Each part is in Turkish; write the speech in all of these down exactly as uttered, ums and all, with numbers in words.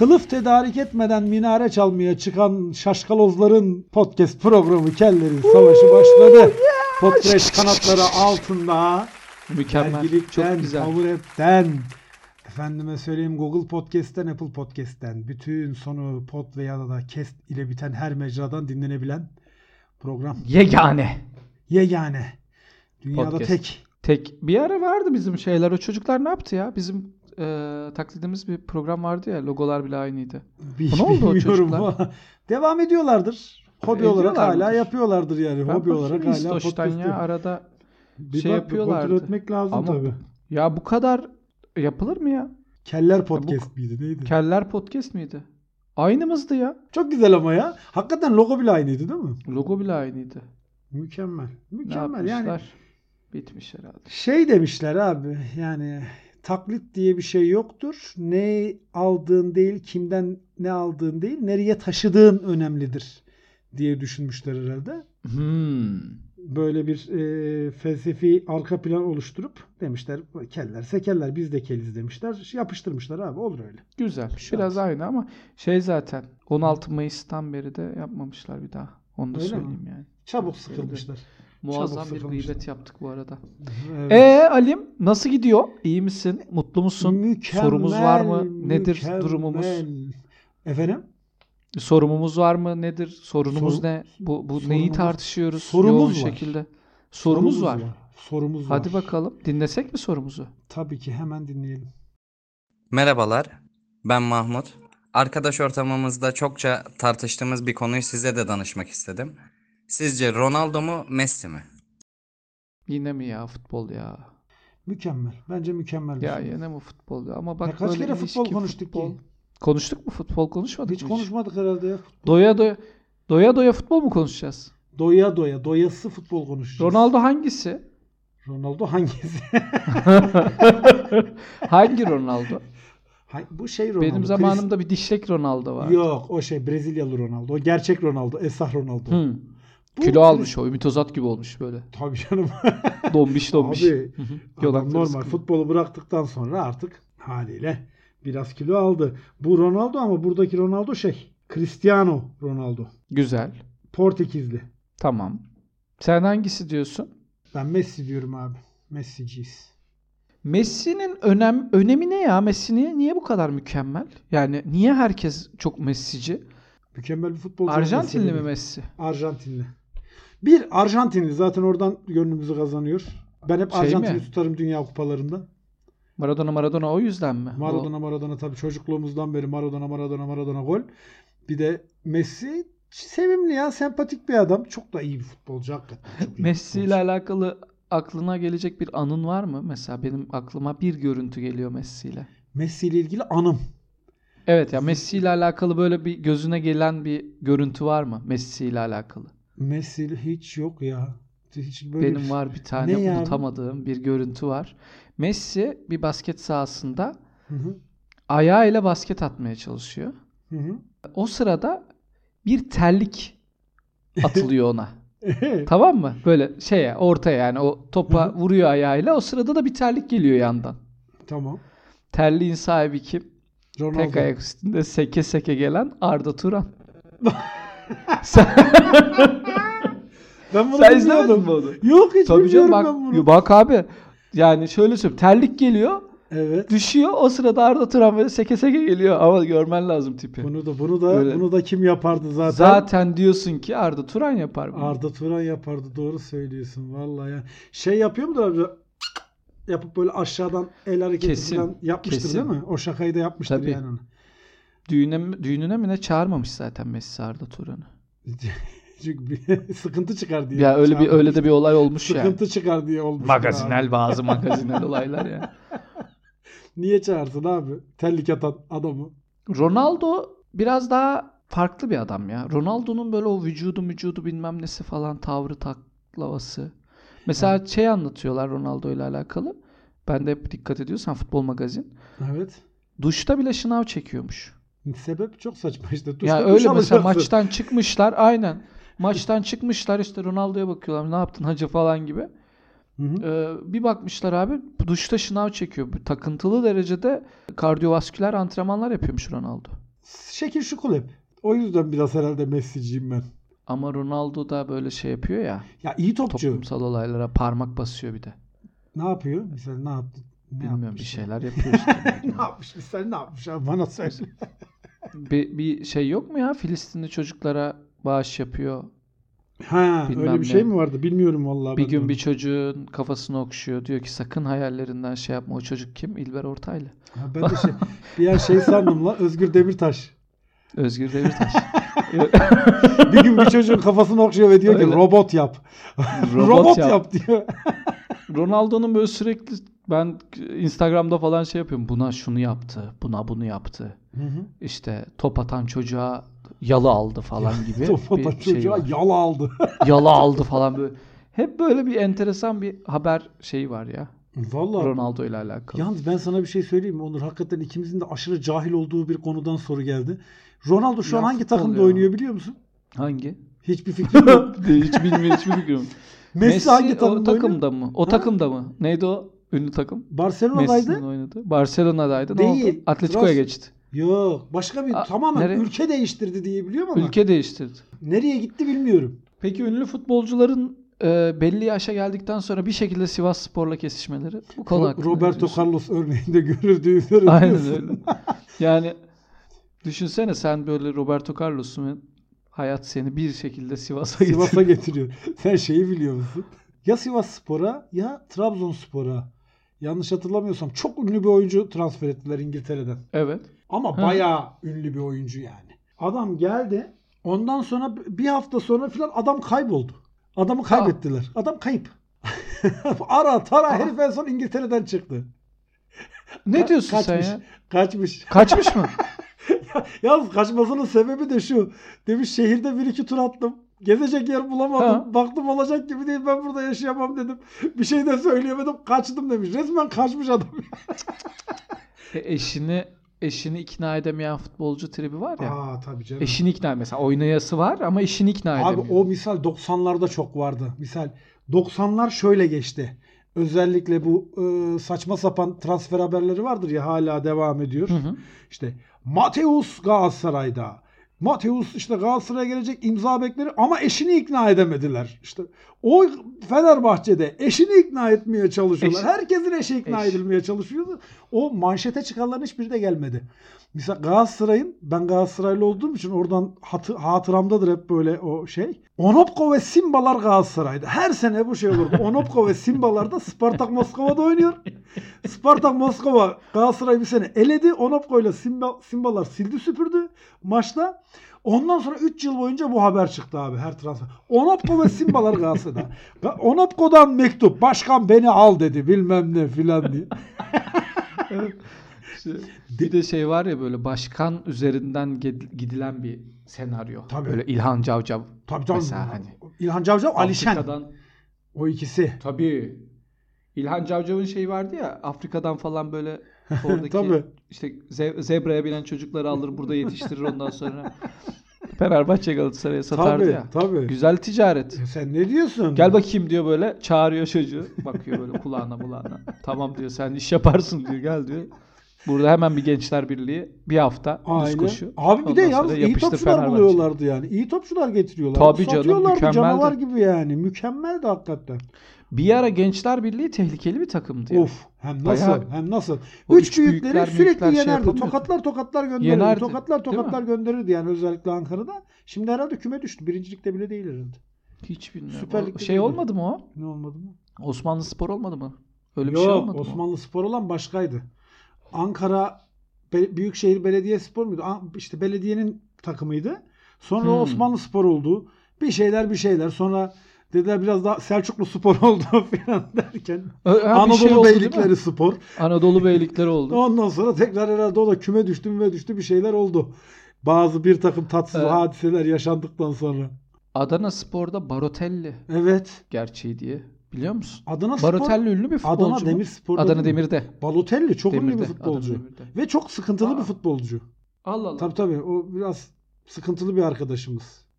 Kılıf tedarik etmeden minare çalmaya çıkan şaşkalozların podcast programı Kellerin Savaşı başladı. Podcast kanatları altında. Mükemmel. Çok güzel. Power App'ten, efendime söyleyeyim Google Podcast'ten, Apple Podcast'ten, bütün sonu pod veya da cast ile biten her mecradan dinlenebilen program. Yegane. Yegane. Dünyada Podcast. tek. Tek. Bir ara vardı bizim şeyler. O çocuklar ne yaptı ya? Bizim e, taklidimiz bir program vardı ya. Logolar bile aynıydı. Bir, ne oldu o çocuklar? Ama devam ediyorlardır. Hobi olarak hala mıdır? yapıyorlardır yani. Ben Hobi olarak hala İstoş'tan podcast ya arada bir şey bak, yapıyorlardı. kontrol etmek lazım Ama tabii. Ya bu kadar yapılır mı ya? Keller Podcast ya bu, miydi neydi? Keller Podcast miydi? Aynımızdı ya. Çok güzel ama ya. Hakikaten logo bile aynıydı değil mi? Logo bile aynıydı. Mükemmel. Mükemmel ne yani. yapmışlar? Bitmiş herhalde. Şey demişler abi yani taklit diye bir şey yoktur. Ne aldığın değil, kimden ne aldığın değil, nereye taşıdığın önemlidir diye düşünmüşler herhalde. Hmm. Böyle bir e, felsefi arka plan oluşturup demişler kellerse keller biz de keliz demişler. Yapıştırmışlar abi olur öyle. Güzel. Şans. Biraz aynı ama şey zaten on altı Mayıs'tan beri de yapmamışlar bir daha. Onu da Öyle söyleyeyim mi? yani. Çabuk sıkılmışlar. Muazzam Çabuk bir sıkılmışlar. gıybet yaptık bu arada. Evet. Eee Alim nasıl gidiyor? İyi misin? Mutlu musun? Mükemmel, Sorumuz var mı? Nedir mükemmel. durumumuz? Efendim? Sorumumuz var mı? Nedir? Sorunumuz Soru- ne? Bu bu sorunumuz- neyi tartışıyoruz? sorumuz yoğun var. şekilde. Sorumuz, var. Sorumuz Hadi var. bakalım. Dinlesek mi sorumuzu? Tabii ki hemen dinleyelim. Merhabalar, ben Mahmut. Arkadaş ortamımızda çokça tartıştığımız bir konuyu size de danışmak istedim. Sizce Ronaldo mu, Messi mi? Yine mi ya futbol ya? Mükemmel. Bence mükemmel bir Ya soru. yine mi futbol ya? Ama bak Ya kaç böyle kere futbol ilişki, konuştuk futbol. ki? Konuştuk mu futbol? Konuşmadık Hiç mı konuşmadık herhalde ya. Doya doya doya doya futbol mu konuşacağız? Doya doya. Doyası futbol konuşacağız. Ronaldo hangisi? Ronaldo hangisi? Hangi Ronaldo? Hay- Bu şey Ronaldo. Benim zamanımda bir dişlek Ronaldo Chris- vardı. Yok o şey Brezilyalı Ronaldo. O gerçek Ronaldo. Esah Ronaldo. Hı. Bu Kilo Chris- almış o. Ümitozat gibi olmuş böyle. Tabii canım. Dombiş dombiş. Abi Hı hı. adam Yolakları normal sıkıyor. futbolu bıraktıktan sonra artık haliyle biraz kilo aldı. Bu Ronaldo ama buradaki Ronaldo şey Cristiano Ronaldo. Güzel. Portekizli. Tamam. Sen hangisi diyorsun? Ben Messi diyorum abi. Messi'ciyiz. Messi'nin önem önemi ne ya? Messi niye, niye bu kadar mükemmel? Yani niye herkes çok Messi'ci? Mükemmel bir futbolcu. Arjantinli olması mi gibi. Messi? Arjantinli. Bir Arjantinli zaten oradan gönlümüzü kazanıyor. Ben hep Şey Arjantin'i mi? tutarım Dünya Kupalarında. Maradona Maradona o yüzden mi? Maradona Maradona tabii çocukluğumuzdan beri Maradona Maradona Maradona gol. Bir de Messi sevimli ya, sempatik bir adam. Çok da iyi bir futbolcu hakikaten. Çok iyi O bir Messi ile futbolcu. alakalı aklına gelecek bir anın var mı? Mesela benim aklıma bir görüntü geliyor Messi ile. Messi ile ilgili anım. Evet ya Messi ile alakalı böyle bir gözüne gelen bir görüntü var mı? Messi ile alakalı. Messi ile hiç yok ya. Hiç böyle Benim var bir tane Ne ya? unutamadığım bir görüntü var. Messi bir basket sahasında Hı hı. ayağıyla basket atmaya çalışıyor. Hı hı. O sırada bir terlik atılıyor ona. Tamam mı? Böyle şeye ortaya yani o topa Hı hı. vuruyor ayağıyla. O sırada da bir terlik geliyor yandan. Tamam. Terliğin sahibi kim? Ronaldo. Tek ayak üstünde seke seke gelen Arda Turan. Sen, Ben bunu sen izlemedin bilmiyordum. mi onu? Yok hiç Tabii canım bilmiyorum bak, ben bunu. bak abi. Yani şöyle söyleyeyim. Terlik geliyor. Evet. Düşüyor. O sırada Arda Turan böyle seke seke geliyor. Ama görmen lazım tipi. Bunu da bunu da Böyle. bunu da kim yapardı zaten? Zaten diyorsun ki Arda Turan yapar bunu. Arda Turan yapardı. Doğru söylüyorsun vallahi ya. Şey yapıyor mudur abi? Yapıp böyle aşağıdan el hareketi Kesin, falan yapmıştır kesin. değil mi? O şakayı da yapmıştır Tabii. yani onu. Düğüne, düğününe mi ne çağırmamış zaten Messi Arda Turan'ı. Çünkü bir sıkıntı çıkar diye. Ya öyle bir çağırmamış. öyle de bir olay olmuş yani. Sıkıntı çıkar diye olmuş. Magazinel bazı magazinel olaylar yani. Niye çağırsın abi? Terlik atan adamı. Ronaldo biraz daha farklı bir adam ya. Ronaldo'nun böyle o vücudu vücudu bilmem nesi falan tavrı taklavası. Mesela Evet. şey anlatıyorlar Ronaldo ile alakalı. Ben de hep dikkat ediyorsan Futbol Magazin. Evet. Duşta bile şınav çekiyormuş. Sebep çok saçma işte. Ya Duşta öyle duş mesela alacaksın. maçtan çıkmışlar aynen. Maçtan çıkmışlar işte Ronaldo'ya bakıyorlar. Ne yaptın hacı falan gibi. Hı hı. Ee, bir bakmışlar abi duşta şınav çekiyor. Takıntılı derecede kardiyovasküler antrenmanlar yapıyormuş Ronaldo. şekil şukul hep. O yüzden biraz herhalde Messi'ciyim ben. Ama Ronaldo da böyle şey yapıyor ya. Ya iyi topçu. Toplumsal olaylara parmak basıyor bir de. Ne yapıyor? Mesela ne yaptı? Ne Bilmiyorum, yapmış bir ya? şeyler yapıyor işte. Ne yapmış? Mesela ne yapmış abi? Bana söyle. bir, bir şey yok mu ya? Filistinli çocuklara bağış yapıyor. Ha, Bilmem öyle bir ne. şey mi vardı? Bilmiyorum vallahi. Bir ben de gün onu. bir çocuğun kafasını okşuyor. Diyor ki sakın hayallerinden şey yapma. O çocuk kim? İlber Ortaylı. Ha, ben de şey, bir an şey sandım lan. Özgür Demirtaş. Özgür Demirtaş. Bir gün bir çocuğun kafasını okşuyor ve diyor ki Öyle. robot yap. Robot robot yap. yap diyor. Ronaldo'nun böyle sürekli ben Instagram'da falan şey yapıyorum. Buna şunu yaptı. Buna bunu yaptı. Hı hı. İşte top atan çocuğa yalı aldı falan gibi Top atan bir şey çocuğa var. yala aldı. Yalı aldı falan böyle. Hep böyle bir enteresan bir haber şeyi var ya. Vallahi. Ronaldo ile alakalı. Yalnız ben sana bir şey söyleyeyim mi Onur? Hakikaten ikimizin de aşırı cahil olduğu bir konudan soru geldi. Ronaldo şu Ya an hangi futbol takımda ya. oynuyor biliyor musun? Hangi? Hiçbir fikrim yok. hiç bilmiyorum, hiçbir fikrim yok. Messi, Messi hangi o takımda oynuyor? takımda mı? O Ha? takımda mı? Neydi o ünlü takım? Barcelona'daydı. Messi'nin oynadı. Barcelona'daydı. Ne Değil. oldu? Atletico'ya Trans- geçti. Yok. Başka bir Aa, tamamen nereye? ülke değiştirdi diye biliyorum ama. Ülke değiştirdi. Nereye gitti bilmiyorum. Peki ünlü futbolcuların e, belli yaşa geldikten sonra bir şekilde Sivasspor'la kesişmeleri bu konu Ro- hakkında ne Roberto diyorsun? Carlos örneğinde görüldüğü üzere Aynen diyorsun. öyle. Yani düşünsene sen böyle Roberto Carlos'un ve hayat seni bir şekilde Sivas'a Sivas'a getiriyor. getiriyor. Sen şeyi biliyor musun? Ya Sivasspor'a ya Trabzonspor'a. Yanlış hatırlamıyorsam çok ünlü bir oyuncu transfer ettiler İngiltere'den. Evet. Ama Hı. bayağı ünlü bir oyuncu yani. Adam geldi. Ondan sonra bir hafta sonra filan adam kayboldu. Adamı kaybettiler. Adam kayıp. Ara tara Aa. herif en son İngiltere'den çıktı. Ne Ka- diyorsun kaçmış, sen ya? Kaçmış. Kaçmış mı? Yalnız kaçmasının sebebi de şu. Demiş şehirde bir iki tur attım. Gezecek yer bulamadım. Ha. Baktım olacak gibi değil, ben burada yaşayamam dedim. Bir şey de söyleyemedim, kaçtım demiş. Resmen kaçmış adam. E, eşini eşini ikna edemeyen futbolcu tribi var ya. Aa tabii canım. Eşini ikna mesela oynayası var ama eşini ikna Abi edemiyor. o misal doksanlarda çok vardı. Misal doksanlar şöyle geçti. Özellikle bu e, saçma sapan transfer haberleri vardır ya, hala devam ediyor. Hı hı. İşte Mateus Galatasaray'da. Mateus işte Galatasaray'a gelecek, imza bekleri ama eşini ikna edemediler. İşte o Fenerbahçe'de eşini ikna etmeye çalışıyorlar. Eş- Herkesin eşi ikna Eş. edilmeye çalışıyordu. O manşete çıkanların hiçbiri de gelmedi. Mesela Galatasaray'ın, ben Galatasaraylı olduğum için oradan hatı, hatıramdadır hep böyle o şey. Onopko ve Simbalar Galatasaray'da. Her sene bu şey olurdu. Onopko ve Simbalar da Spartak Moskova'da oynuyor. Spartak Moskova Galatasaray bir sene eledi. Onopko ile Simba, Simbalar sildi süpürdü maçta. Ondan sonra üç yıl boyunca bu haber çıktı abi her transfer. Onopko ve Simbalar Galatasaray'da. Ga- Onopko'dan mektup. Başkan beni al dedi bilmem ne filan diye. İşte bir de şey var ya böyle başkan üzerinden ged- gidilen bir senaryo. Tabii. Böyle İlhan Cavcav Tabii tabii. mesela hani. İlhan Cavcav, Alişen. Afrika'dan O ikisi. tabii. İlhan Cavcav'ın şeyi vardı ya Afrika'dan falan böyle oradaki Tabii. işte ze- zebraya binen çocukları alır burada yetiştirir ondan sonra Fenerbahçe Galatasaray'a satardı Tabii ya. tabii. Güzel ticaret. E Sen ne diyorsun? Gel bakayım diyor böyle çağırıyor çocuğu. Bakıyor böyle kulağına kulağına. Tamam diyor sen iş yaparsın diyor gel diyor. Burada hemen bir Gençler Birliği bir hafta düz Aynen. koşu. Abi bir de Ondan yalnız sonra iyi yapıştır topçular Fenerbahçe. buluyorlardı yani. İyi topçular getiriyorlardı. Tabii canım, Satıyorlardı mükemmeldi. canavar gibi yani. Mükemmeldi hakikaten. Bir ara Gençler Birliği tehlikeli bir takımdı ya. Of. Hem nasıl? Bayağı- Hem nasıl? O Üç üç büyükleri büyükler, sürekli büyükler şey yenerdi. yapamıyordu. Tokatlar tokatlar gönderirdi. Yenerdi, Tokatlar değil mi? tokatlar gönderirdi yani özellikle Ankara'da. Şimdi herhalde küme düştü. Birincilikte bile değil herhalde. Hiç bilmiyorum. Süper O Lig'de şey değil mi? olmadı mı o? Ne olmadı mı? Osmanlı Spor olmadı mı? Öyle bir Yok, şey olmadı mı? Osmanlı Spor olan başkaydı. Ankara Be- Büyükşehir Belediyespor muydu? An- İşte belediyenin takımıydı. Sonra Hmm. Osmanlı Spor oldu. Bir şeyler bir şeyler. Sonra dediler biraz daha Selçuklu Spor oldu falan derken. Ö- ha, bir Anadolu şey oldu değil mi? Beylikleri Spor. Anadolu Beylikleri oldu. Ondan sonra tekrar herhalde o da küme düştü ve düştü, bir şeyler oldu. Bazı bir takım tatsız Evet. hadiseler yaşandıktan sonra. Adana Spor'da Barotelli Evet. gerçeği diye. Biliyor musun? Adana Spor. Barotelli ünlü bir futbolcu Adana mu? Demirspor'da Adana değil mi? Demir'de. Balotelli çok ünlü bir Demir'de, futbolcu. Adana Demir'de. Ve çok sıkıntılı Aa. bir futbolcu. Allah Allah. Tabii tabii. O biraz sıkıntılı bir arkadaşımız.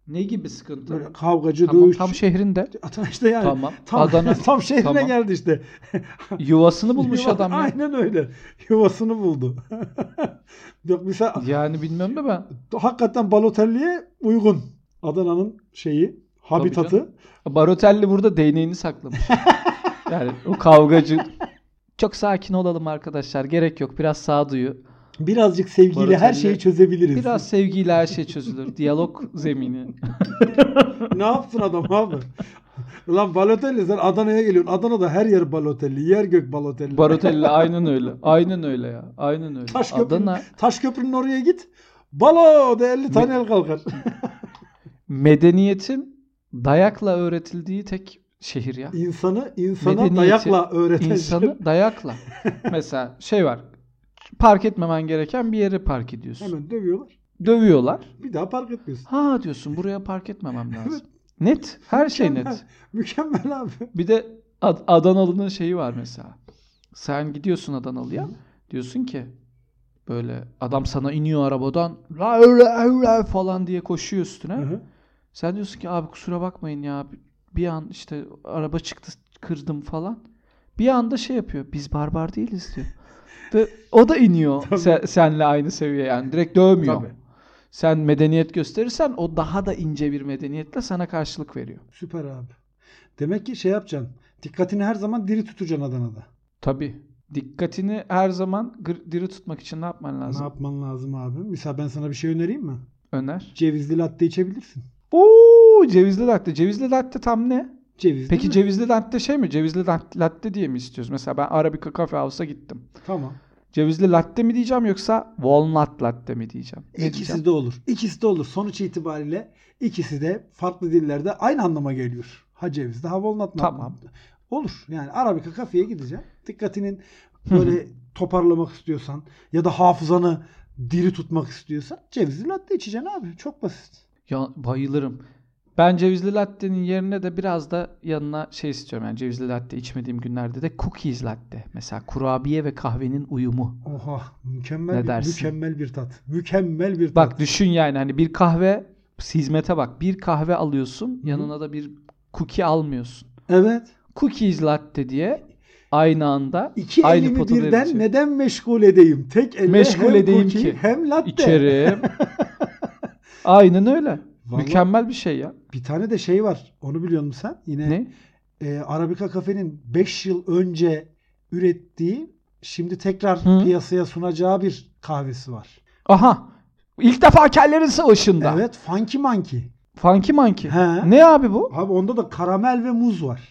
Ne gibi sıkıntı? Böyle kavgacı, Tamam, dövüşçü. tam şehrinde. Tam işte yani. Tamam. Tam, Adana. tam şehrine Tamam. geldi işte. Yuvasını bulmuş Yuva- adam ya. Aynen öyle. Yuvasını buldu. Yok mesela Yani bilmiyorum da ben. hakikaten Balotelli'ye uygun. Adana'nın şeyi, habitatı. canım. Barotelli burada değneğini saklamış. Yani o kavgacı. Çok sakin olalım arkadaşlar. Gerek yok. Biraz sağduyu. Birazcık sevgiyle her Balotelli- şeyi çözebiliriz. Biraz sevgiyle her şey çözülür. Diyalog zemini. Ne yapsın adam abi? Lan Balotelli sen Adana'ya geliyorsun. Adana'da her yer Balotelli. Yer gök Balotelli. Barotelli aynen öyle. Aynen öyle ya. Aynen öyle. Taşköprü'nün, Adana Taşköprü'nün oraya git. Balo de elli tane el kalkar. medeniyetin dayakla öğretildiği tek şehir ya. İnsanı insana Medeniyeti, dayakla öğreten İnsanı dayakla. Mesela şey var. Park etmemen gereken bir yere park ediyorsun. hemen dövüyorlar. Dövüyorlar. Bir daha park etmiyorsun. Ha diyorsun buraya park etmemem lazım. Net. Her şey Mükemmel. net. Mükemmel abi. Bir de Ad- Adanalı'nın şeyi var mesela. Sen gidiyorsun Adanalı'ya. Hı. Diyorsun ki böyle adam sana iniyor arabadan la öyle öyle falan diye koşuyor üstüne. Hı hı. Sen diyorsun ki abi kusura bakmayın ya bir an işte araba çıktı kırdım falan. Bir anda şey yapıyor. Biz barbar değiliz diyor. Ve o da iniyor Tabii. sen, senle aynı seviye yani. Direkt dövmüyor. Tabii. Sen medeniyet gösterirsen o daha da ince bir medeniyetle sana karşılık veriyor. Süper abi. Demek ki şey yapacaksın. Dikkatini her zaman diri tutacaksın Adana'da. Tabii. Dikkatini her zaman gır- diri tutmak için ne yapman lazım? Ne yapman lazım abi? Mesela ben sana bir şey önereyim mi? Öner. Cevizli latte içebilirsin. Oo, cevizli latte. Cevizli latte tam ne? Cevizli Peki mi? cevizli latte şey mi? Cevizli lat- latte diye mi istiyoruz? Mesela ben Arabica Cafe House'a gittim. Tamam. Cevizli latte mi diyeceğim yoksa walnut latte mi diyeceğim? Ne İkisi diyeceğim? de olur. İkisi de olur. Sonuç itibariyle ikisi de farklı dillerde aynı anlama geliyor. Ha cevizli, ha walnut. Tamam. Olur. Yani Arabica kafeye gideceksin. Dikkatinin böyle toparlamak istiyorsan ya da hafızanı diri tutmak istiyorsan cevizli latte içeceksin abi. Çok basit. Ya bayılırım. Ben cevizli latte'nin yerine de biraz da yanına şey istiyorum. Yani cevizli latte içmediğim günlerde de cookies latte. Mesela kurabiye ve kahvenin uyumu. Oha, mükemmel Ne bir, dersin? mükemmel bir tat. Mükemmel bir tat. Bak düşün yani hani bir kahve hizmete bak. Bir kahve alıyorsun, yanına da bir cookie almıyorsun. Evet. Cookies latte diye aynı anda İki aynı elimi potada birden eritiyor. neden meşgul edeyim? Tek elle Meşgul hem edeyim cookie, ki. hem latte. İçerim. Aynen öyle. Vallahi Mükemmel bir şey ya. bir tane de şey var. Onu biliyor musun sen? Yine Ne? e, Arabica Cafe'nin beş yıl önce ürettiği, şimdi tekrar Hı. piyasaya sunacağı bir kahvesi var. Aha. İlk defa kellerin savaşında. Evet, Funky Monkey. Funky Monkey. He. Ne abi bu? Abi onda da karamel ve muz var.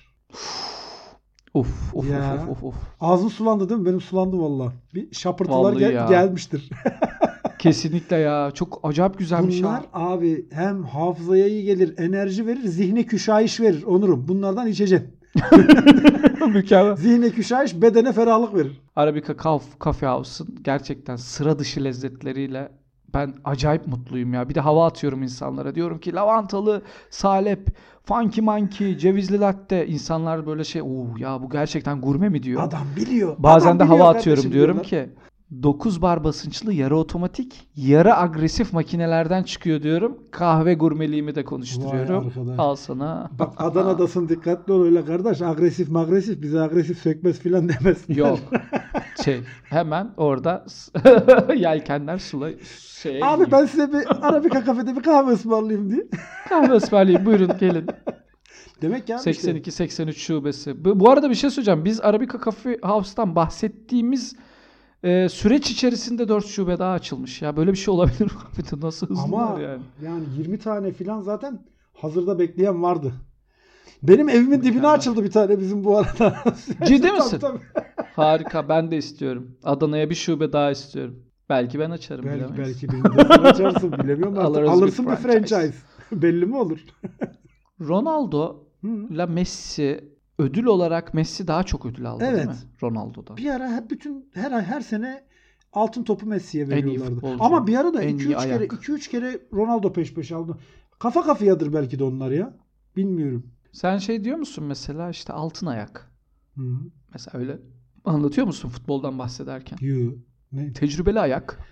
Of of Ya. of of of. Ağzın sulandı değil mi? Benim sulandı valla. Bir şapırtılar Vallahi gel- ya. gelmiştir. Kesinlikle ya. Çok acayip güzelmiş Bunlar ya. abi hem hafızaya iyi gelir, enerji verir, zihne küşayiş verir Onurum. Bunlardan içeceksin. Mükemmel. Zihne küşayiş, bedene ferahlık verir. Arabica Caf- Cafe House'ın gerçekten sıra dışı lezzetleriyle ben acayip mutluyum ya. Bir de hava atıyorum insanlara. Diyorum ki lavantalı, salep, funky monkey, cevizli latte. İnsanlar böyle şey, "Oo ya bu gerçekten gurme mi?" diyor. Adam biliyor. Bazen Adam de biliyor hava kardeşim atıyorum diyorum diyorlar. ki dokuz bar basınçlı yarı otomatik, yarı agresif makinelerden çıkıyor diyorum. Kahve gurmeliğimi de konuşturuyorum. Vay arkadaş. Al sana. Bak Adana'dasın, dikkatli ol öyle kardeş. Agresif magresif, bize agresif sökmez filan demesinler. Yok. Şey hemen orada yelkenler sula şeye Abi gidiyor. ben size bir Arabica kafede bir kahve ısmarlayayım diye. Kahve ısmarlayayım buyurun gelin. Demek ya seksen iki seksen üç şubesi. Bu, bu arada bir şey söyleyeceğim. Biz Arabica Cafe House'tan bahsettiğimiz e, süreç içerisinde dört şube daha açılmış. Ya böyle bir şey olabilir mi? Nasıl hızlılar Ama yani. yani yirmi tane filan zaten hazırda bekleyen vardı. Benim evimin dibine Mükemmel. açıldı bir tane bizim bu arada. Ciddi Tabii, misin? tabii. Harika. Ben de istiyorum. Adana'ya bir şube daha istiyorum. Belki ben açarım. Belki bilemeyiz. belki birini de sen açarsın bilemiyorum artık. Alırız bir Alırsın bir franchise. franchise. Belli mi olur? Ronaldo Hı. ile Messi ödül olarak Messi daha çok ödül aldı değil Evet. mi? Ronaldo'dan. Bir ara hep bütün her ay her sene altın topu Messi'ye iyi veriyorlardı. futbolcu, Ama bir ara da en iki iyi üç kere ayak. iki üç kere Ronaldo peş peşe aldı. Kafa kafayadır belki de onlar ya. Bilmiyorum. Sen şey diyor musun mesela işte altın ayak. Hı. Mesela öyle anlatıyor musun futboldan bahsederken? Yo. Ne? Tecrübeli ayak.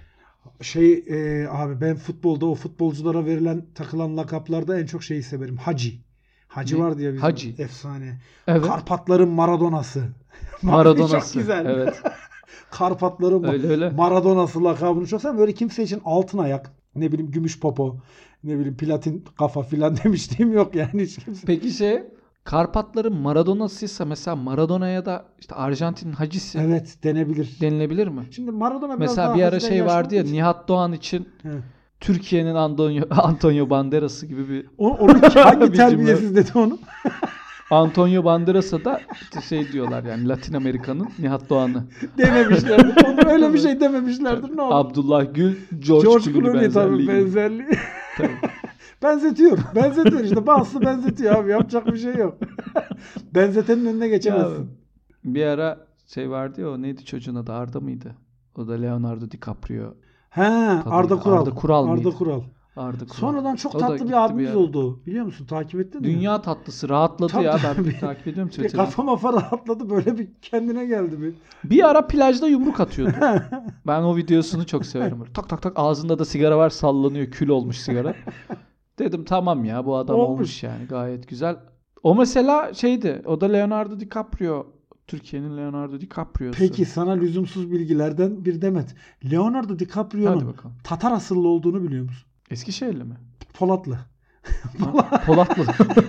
Şey e, abi ben futbolda o futbolculara verilen takılan lakaplarda en çok şeyi severim. Hacı. Hacı Ne? var diye bizim Hacı. efsane. Evet. Karpatların Maradona'sı. Maradona'sı. Çok güzel. Evet. Karpatların Öyle öyle. Maradona'sı lakabını çok severim. Böyle kimse için altın ayak, ne bileyim gümüş popo, ne bileyim platin kafa filan demişliğim yok yani hiç kimse. Peki şey Karpatların Maradona'sıysa mesela Maradona'ya da işte Arjantin'in Hacısı Evet denebilir. denilebilir mi? Şimdi Maradona biraz Mesela daha bir ara hafiften şey vardı ya yaşlandığı için- Nihat Doğan için He. Türkiye'nin Antonio, Antonio Banderas'ı gibi bir O, onu hangi Bir terbiyesiz dedi onu? Antonio Banderas'a da işte şey diyorlar yani Latin Amerika'nın Nihat Doğan'ı. Dememişlerdir. Onu öyle bir şey dememişlerdir. Ne olur. Abdullah Gül, George, George Clooney Clooney tabii benzerliği. gibi. benzerliği. Tabii. Benzetiyor. Benzetiyor işte. Bazısı benzetiyor abi. Yapacak bir şey yok. Benzetenin önüne geçemezsin. Bir ara şey vardı ya o neydi çocuğun adı Arda mıydı? O da Leonardo DiCaprio. He, Arda Kural. Arda Kural Arda mıydı? Kural. Arda Kural. Sonradan çok O da tatlı gitti bir abimiz ara. oldu. Biliyor musun? Takip ettin mi? Dünya tatlısı rahatladı Tabii, ya tabii. ben takip ediyorum Bir Twitter'dan. kafa mafa rahatladı. Böyle bir kendine geldi bir. Bir ara plajda yumruk atıyordu. Ben o videosunu çok severim. Böyle tak tak tak ağzında da sigara var sallanıyor. Kül olmuş sigara. Dedim tamam ya bu adam Olmuş. olmuş. yani gayet güzel. O mesela şeydi. O da Leonardo DiCaprio. Türkiye'nin Leonardo DiCaprio'su. Peki sana lüzumsuz bilgilerden bir demet. Leonardo Hadi DiCaprio'nun bakalım. Tatar asıllı olduğunu biliyor musun? Eskişehirli mi? Polatlı. Ha, Polatlı.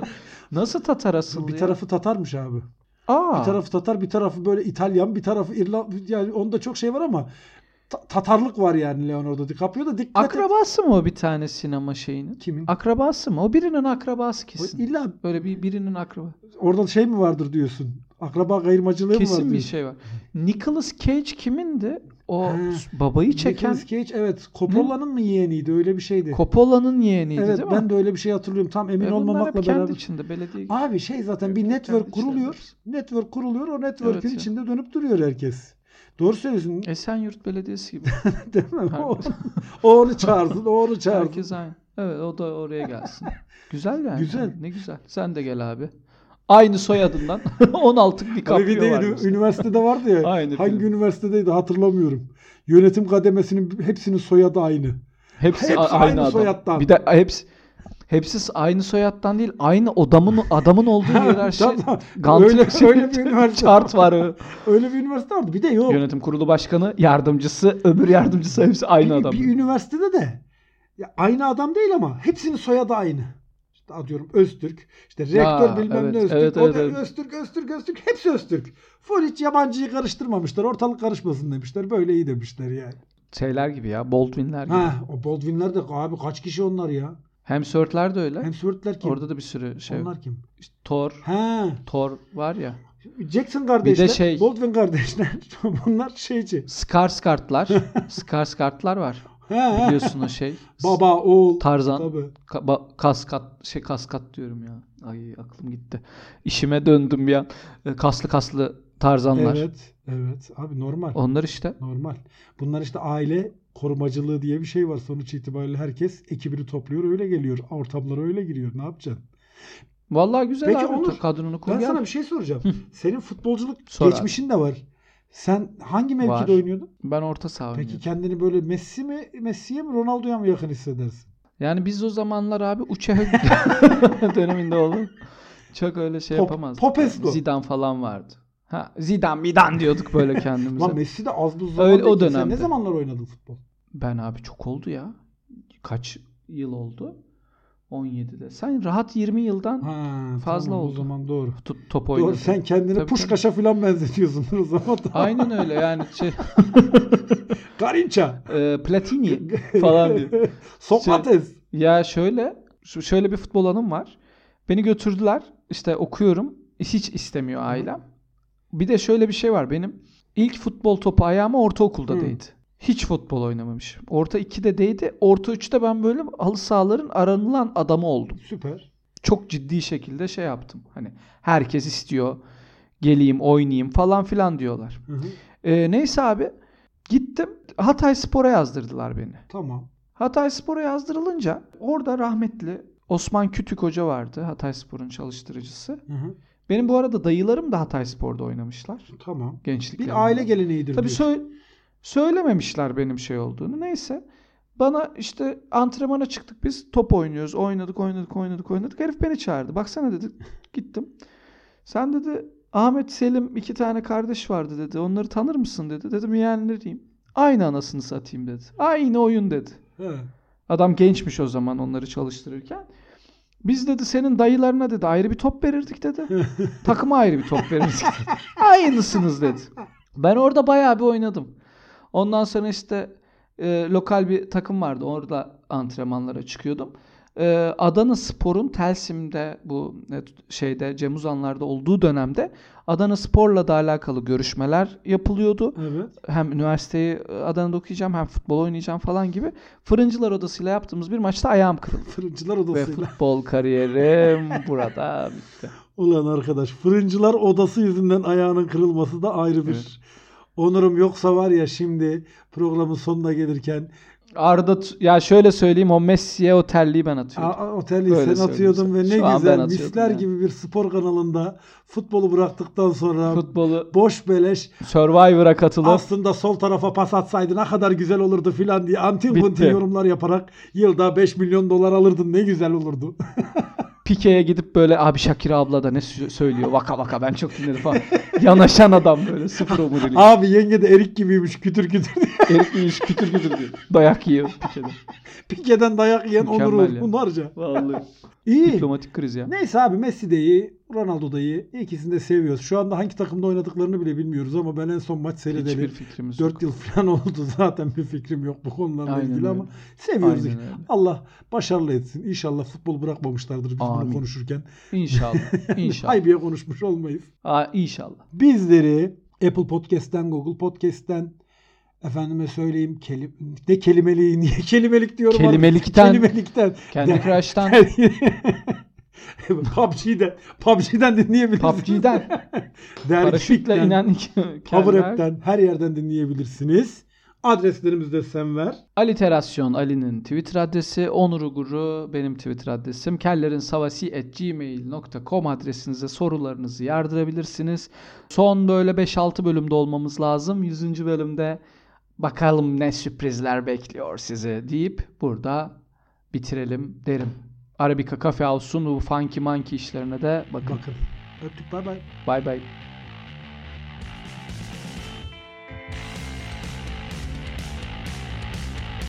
Nasıl Tatar asıllı Bir ya? tarafı Tatarmış abi. Aa, Bir tarafı Tatar, bir tarafı böyle İtalyan, bir tarafı İrlanda. Yani onda çok şey var ama ta- Tatarlık var yani Leonardo DiCaprio'da. Dikkat et. akrabası mı o bir tane sinema şeyinin? Kimin? Akrabası mı? O birinin akrabası O kesin. İlla Böyle bir birinin akraba. orada şey mi vardır diyorsun? Akraba kayırmacılığı mı var Kesin bir diyorsun? şey var. Nicolas Cage kimindi? O Ha, babayı çeken Nicolas Cage evet. Coppola'nın mı yeğeniydi? Öyle bir şeydi. Coppola'nın yeğeniydi Evet değil mi? ben de öyle bir şey hatırlıyorum. Tam emin Ve bunlar olmamakla hep kendi beraber. içinde belediye. Abi şey zaten bir Kendi network içlerinde. kuruluyor. Network kuruluyor. O network'ün Evet ya. içinde dönüp duruyor herkes. Doğru söylüyorsun. Esenyurt Belediyesi gibi. Değil mi? O, Herkes, o onu çağırsın. O onu çağırsın. herkes aynı. Evet o da oraya gelsin. Güzel yani. Güzel. Ne güzel. Sen de gel abi. Aynı soyadından on altı Abi bir DiCaprio de var. ünü- mesela. üniversitede vardı ya. Aynı hangi film. üniversitedeydi hatırlamıyorum. Yönetim kademesinin hepsinin soyadı aynı. Hepsi, Hepsi a- aynı aynı adam. soyattan. Bir de hepsi hepsi aynı soyattan değil. Aynı adamın adamın olduğu hiyerarşi. Tamam. Gantt Öyle- şey- öyle bir üniversite. Chart var. o. Öyle bir üniversite vardı. Bir de yok. Yönetim kurulu başkanı, yardımcısı, öbür yardımcısı hepsi aynı bir, adam. bir üniversitede de ya aynı adam değil ama hepsinin soyadı aynı. İşte atıyorum Öztürk. İşte rektör Ya, bilmem evet, ne Öztürk. evet, o evet, da evet. Öztürk, Öztürk, Öztürk. Hepsi Öztürk. Full hiç yabancıyı karıştırmamışlar. Ortalık karışmasın demişler. Böyle iyi demişler yani. Şeyler gibi ya, Baldwin'ler gibi. Ha, o Baldwin'ler de abi kaç kişi onlar ya? Hemsworth'ler de öyle. Hemsworth'ler kim? Orada da bir sürü şey. Onlar kim? İşte Thor, Ha, Thor var ya. Jackson kardeşler, şey- Baldwin kardeşler. Bunlar şeyci. Skarsgård'lar. Skarsgård'lar var. Ha, ha. Biliyorsun o şey. Baba, oğul. Tarzan. Tabii. Ka- ba- kaskat şey kaskat diyorum ya. Ay aklım gitti. İşime döndüm bir an. E, Kaslı kaslı Tarzanlar. Evet, evet. Abi normal. Onlar işte. Normal. Bunlar işte aile korumacılığı diye bir şey var. Sonuç itibariyle herkes ekibini topluyor, öyle geliyor. Ortamlara öyle giriyor. Ne yapacaksın? Vallahi güzel Peki abi. Onur, Kadronu kur Ben gel. sana bir şey soracağım. Senin futbolculuk Sor geçmişin de var. Sen hangi mevkide Var. oynuyordun? Ben orta saha Peki oynuyordum. kendini böyle Messi mi, Messi'ye mi, Ronaldo'ya mı yakın hissedersin? Yani biz o zamanlar abi Uçehe döneminde oldum. Çok öyle şey Pop- yapamazdık. Popescu. Yani Zidane falan vardı. Ha, Zidane Midan diyorduk böyle kendimize. Lan Messi de az buz zaman Öyle, o değil ki. Sen dönemde. ne zamanlar oynadın futbol? Ben abi çok oldu ya. Kaç yıl oldu? on yedide. Sen rahat yirmi yıldan Ha, Fazla tamam, oldu. O zaman doğru. tut, top oynadın. Doğru. Sen kendini Tabii, Puşkaş'a falan benzetiyorsun o zaman. Aynen öyle yani şey, Garinça. e, Platini falan diyor. Sokrates. Ya şöyle şu- şöyle bir futbol anım var. Beni götürdüler. İşte okuyorum. Hiç istemiyor ailem. Bir de şöyle bir şey var. Benim ilk futbol topu ayağıma ortaokulda Hı. değdi. Hiç futbol oynamamışım. Orta ikide değdi. Orta üçte ben böyle halı sahaların aranılan adamı oldum. Süper. Çok ciddi şekilde şey yaptım. Hani herkes istiyor. Geleyim, oynayayım falan filan diyorlar. Hı hı. Ee, neyse abi. Gittim. Hatayspor'a yazdırdılar beni. Tamam. Hatayspor'a yazdırılınca orada rahmetli Osman Kütük Hoca vardı. Hatayspor'un çalıştırıcısı. Hı hı. Benim bu arada dayılarım da Hatayspor'da oynamışlar. Tamam. Gençliklerinde. Bir aile geleneğidir Tabii diyorsun. sö- söylememişler benim şey olduğunu. Neyse. Bana işte antrenmana çıktık biz. Top oynuyoruz. Oynadık, oynadık, oynadık, oynadık. Herif beni çağırdı. Baksana dedi. Gittim. Sen dedi Ahmet, Selim iki tane kardeş vardı dedi. Onları tanır mısın dedi. Dedim yeğenleriyim. Aynı anasını satayım dedi. Aynı oyun dedi. He. Adam gençmiş o zaman onları çalıştırırken. Biz dedi senin dayılarına dedi ayrı bir top verirdik dedi. Takıma ayrı bir top verirdik dedi. Aynısınız dedi. Ben orada bayağı bir oynadım. Ondan sonra işte e, lokal bir takım vardı. Orada antrenmanlara çıkıyordum. E, Adana Spor'un Telsim'de bu e, şeyde Cem Uzanlar'da olduğu dönemde Adana Spor'la da alakalı görüşmeler yapılıyordu. Evet. Hem üniversiteyi Adana'da okuyacağım hem futbol oynayacağım falan gibi. Fırıncılar Odası'yla yaptığımız bir maçta ayağım kırıldı. Fırıncılar Ve Odası'yla. futbol kariyerim burada bitti. Ulan arkadaş, Fırıncılar Odası yüzünden ayağının kırılması da ayrı bir Evet. onurum. Yoksa var ya, şimdi programın sonuna gelirken Arda t- ya şöyle söyleyeyim, o Messi'ye o terliği ben atıyordum. a- oteli Öyle sen atıyordun söyleyeyim ve sana. ne Şu an ben güzel atıyordum misler yani. gibi bir spor kanalında futbolu bıraktıktan sonra Futbolu boş beleş Survivor'a katılıp aslında sol tarafa pas atsaydı ne kadar güzel olurdu filan diye antin Bitti. kuntin yorumlar yaparak yılda beş milyon dolar alırdın, ne güzel olurdu. Pike'ye gidip böyle abi Shakira abla da ne sö- söylüyor vaka vaka ben çok dinledim falan. Yanaşan adam böyle sıfır omurilik. Abi yenge de erik gibiymiş, kütür kütür. Herif bir iş kütür kütür diyor. Dayak yiyor Pike'den. Pikeden dayak yiyen Mükemmel Onur ya. bunlarca. Vallahi. İyi. Diplomatik kriz ya. Neyse abi, Messi de iyi, Ronaldo da iyi. İkisini de seviyoruz. Şu anda hangi takımda oynadıklarını bile bilmiyoruz ama ben en son maç Hiçbir seyredeli fikrimiz yok. dört yıl falan oldu. Zaten bir fikrim yok bu konularla Aynen ilgili öyle. ama seviyoruz. Aynen öyle. Allah başarılı etsin. İnşallah futbol bırakmamışlardır biz Amin. bunu konuşurken. İnşallah. İnşallah. Haybiye konuşmuş olmayız. Aa, inşallah. Bizleri Apple Podcast'ten, Google Podcast'ten, efendime söyleyeyim, kelim ne kelimeliği, niye kelimelik diyorum. abi? Kelimelikten. Kelimelikten. Candy De- Crush'tan. P U B G'den, P U B G'den dinleyebilirsiniz. P U B G'den. Paraşütle Dergişik'ten, inen Power keller. App'ten, her yerden dinleyebilirsiniz. Adreslerimizi de sen ver. Aliterasyon Ali'nin Twitter adresi, Onur Uguru benim Twitter adresim. kellerinsavasi at gmail dot com adresinize sorularınızı yardırabilirsiniz. Son böyle beş altı bölümde olmamız lazım. yüzüncü bölümde bakalım ne sürprizler bekliyor sizi deyip burada bitirelim derim. Arabica Cafe House'un bu funky monkey işlerine de bakın. Bakın. Öptük, bay bay. Bye bye.